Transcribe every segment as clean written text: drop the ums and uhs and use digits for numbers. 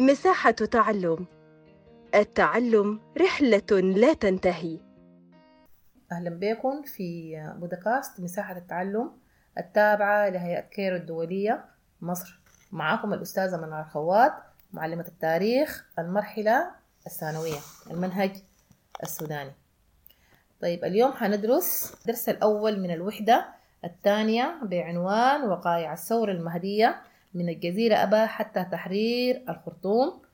مساحة تعلم. التعلم رحلة لا تنتهي. أهلا بكم في بودكاست مساحة التعلم التابعة لهيئة كيرو الدولية مصر. معكم الأستاذة منار خوات، معلمة التاريخ المرحلة الثانوية، المنهج السوداني. طيب اليوم حندرس الدرس الأول من الوحدة الثانية بعنوان وقائع الثورة المهدية من الجزيرة أبا حتى تحرير الخرطوم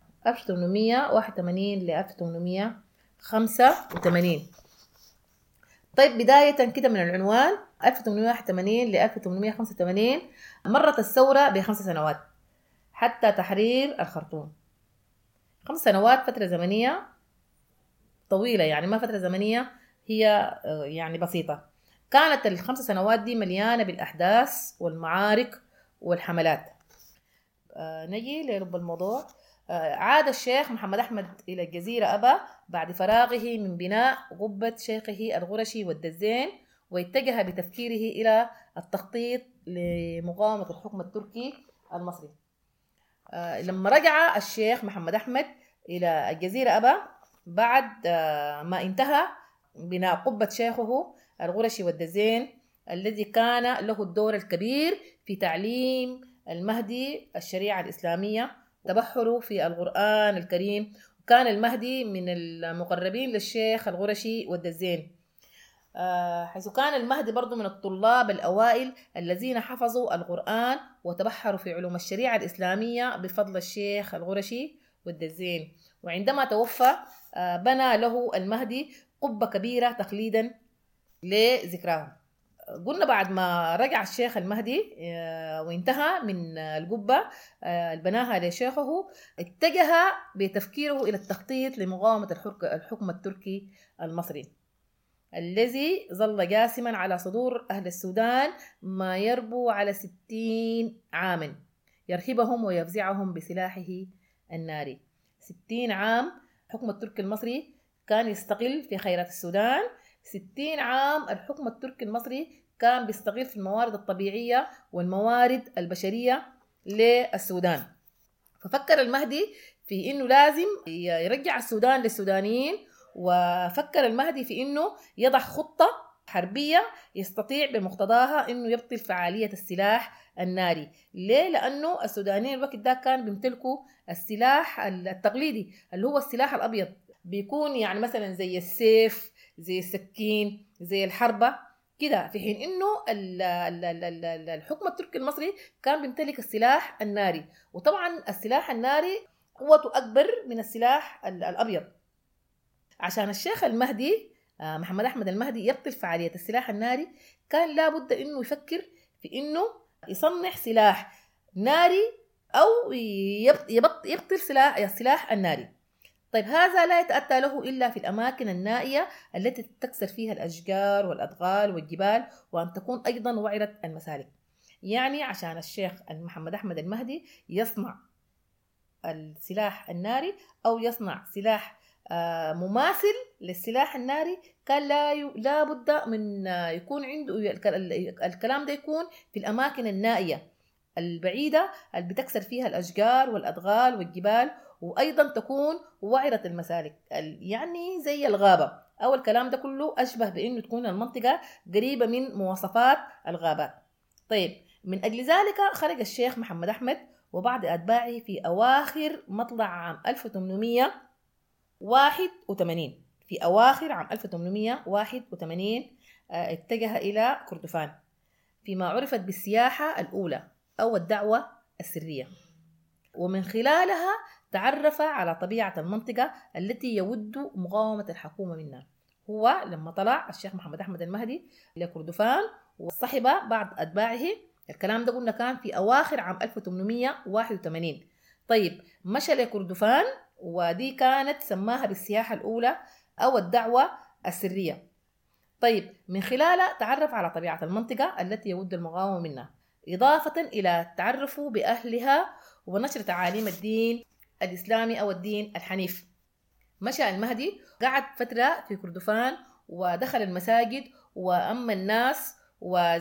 1881 ل 1885. طيب بداية كده من العنوان 1881 ل 1885 مرت الثورة ب5 سنوات حتى تحرير الخرطوم. 5 سنوات فترة زمنية طويلة، يعني ما فترة زمنية هي يعني بسيطة. كانت ال5 سنوات دي مليانة بالأحداث والمعارك والحملات. نجي لرب الموضوع. عاد الشيخ محمد أحمد إلى الجزيرة أبا بعد فراغه من بناء قبة شيخه الغرشي والدزين، واتجه بتفكيره إلى التخطيط لمقاومة الحكم التركي المصري. لما رجع الشيخ محمد أحمد إلى الجزيرة أبا بعد ما انتهى بناء قبة شيخه الغرشي والدزين، الذي كان له الدور الكبير في تعليم المهدي الشريعة الإسلامية، تبحره في القرآن الكريم، وكان المهدي من المقربين للشيخ الغرشي والدزين، حيث كان المهدي برضو من الطلاب الأوائل الذين حفظوا القرآن وتبحروا في علوم الشريعة الإسلامية بفضل الشيخ الغرشي والدزين. وعندما توفى بنى له المهدي قبة كبيرة تخليدا لذكراه. قلنا بعد ما رجع الشيخ المهدي وانتهى من القبة بناها لشيخه، اتجه بتفكيره إلى التخطيط لمقاومة الحكم التركي المصري، الذي ظل جاسما على صدور أهل السودان ما يربو على 60 عاما، يرهبهم ويفزعهم بسلاحه الناري. 60 عام الحكم التركي المصري كان يستقل في خيرات السودان. 60 عام الحكم التركي المصري كان بيستغل في الموارد الطبيعية والموارد البشرية للسودان. ففكر المهدي في إنه لازم يرجع السودان للسودانيين، وفكر المهدي في إنه يضع خطة حربية يستطيع بمقتضاها إنه يبطل فعالية السلاح الناري. ليه؟ لأنه السودانيين الوقت ده كان بيمتلكوا السلاح التقليدي اللي هو السلاح الأبيض، بيكون يعني مثلا زي السيف، زي السكين، زي الحربة كده، في حين إنه الحكم التركي المصري كان بيمتلك السلاح الناري. وطبعا السلاح الناري قوته أكبر من السلاح الأبيض. عشان الشيخ المهدي محمد أحمد المهدي يبطل فعالية السلاح الناري، كان لابد إنه يفكر في إنه يصنع سلاح ناري أو يبطل السلاح الناري. طيب هذا لا يتأتى له إلا في الأماكن النائية التي تكسر فيها الأشجار والأدغال والجبال، وأن تكون أيضا وعرة المسالك. يعني عشان الشيخ محمد أحمد المهدي يصنع السلاح الناري أو يصنع سلاح مماثل للسلاح الناري، كان لا بد من يكون عنده الكلام ده يكون في الأماكن النائية البعيدة اللي بتكسر فيها الأشجار والأدغال والجبال، وأيضا تكون وعرة المسالك، يعني زي الغابة، أو الكلام ده كله أشبه بأنه تكون المنطقة قريبة من مواصفات الغابات. طيب من أجل ذلك خرج الشيخ محمد أحمد وبعض أتباعه في أواخر مطلع عام 1881. في أواخر عام 1881 اتجه إلى كردفان فيما عرفت بالسياحة الأولى أو الدعوة السرية، ومن خلالها تعرف على طبيعة المنطقة التي يود مقاومة الحكومة منها. هو لما طلع الشيخ محمد أحمد المهدي لكردفان وصحب بعض أتباعه، الكلام ده قلنا كان في أواخر عام 1881. طيب مشى لكردفان، ودي كانت سماها بالسياحة الأولى أو الدعوة السرية. طيب من خلالها تعرف على طبيعة المنطقة التي يود المقاومة منها، إضافة إلى تعرفه بأهلها ونشر تعاليم الدين الإسلامي أو الدين الحنيف. مشى المهدي قعد فترة في كردفان ودخل المساجد وأما الناس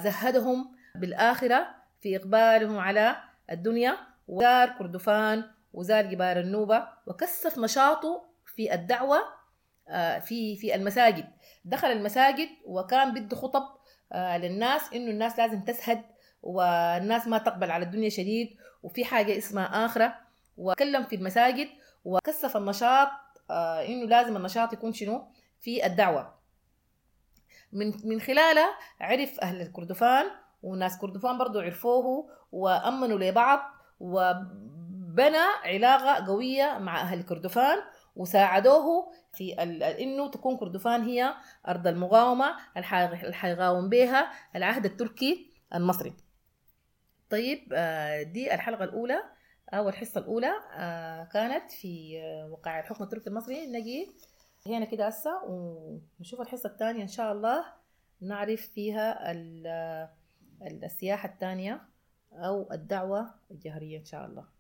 وزهدهم بالآخرة في إقبالهم على الدنيا، وزار كردفان وزار جبال النوبة وكثف نشاطه في الدعوة في المساجد. دخل المساجد وكان بده خطب للناس إنه الناس لازم تزهد والناس ما تقبل على الدنيا شديد وفي حاجة اسمها آخرة، وكلم في المساجد وكثف النشاط إنه لازم النشاط يكون شنو في الدعوة. من خلاله عرف أهل الكردفان وناس كردفان برضو عرفوه وأمنوا لبعض وبنى علاقة قوية مع أهل كردفان وساعدوه في إنه تكون كردفان هي أرض المقاومة الحيقاوم بها العهد التركي المصري. طيب دي الحلقة الأولى أو الحصة الأولى كانت في وقائع الحكم التركي المصري. نجي هنا كده هسه ونشوف الحصة الثانية إن شاء الله، نعرف فيها السياحة الثانية أو الدعوة الجهرية إن شاء الله.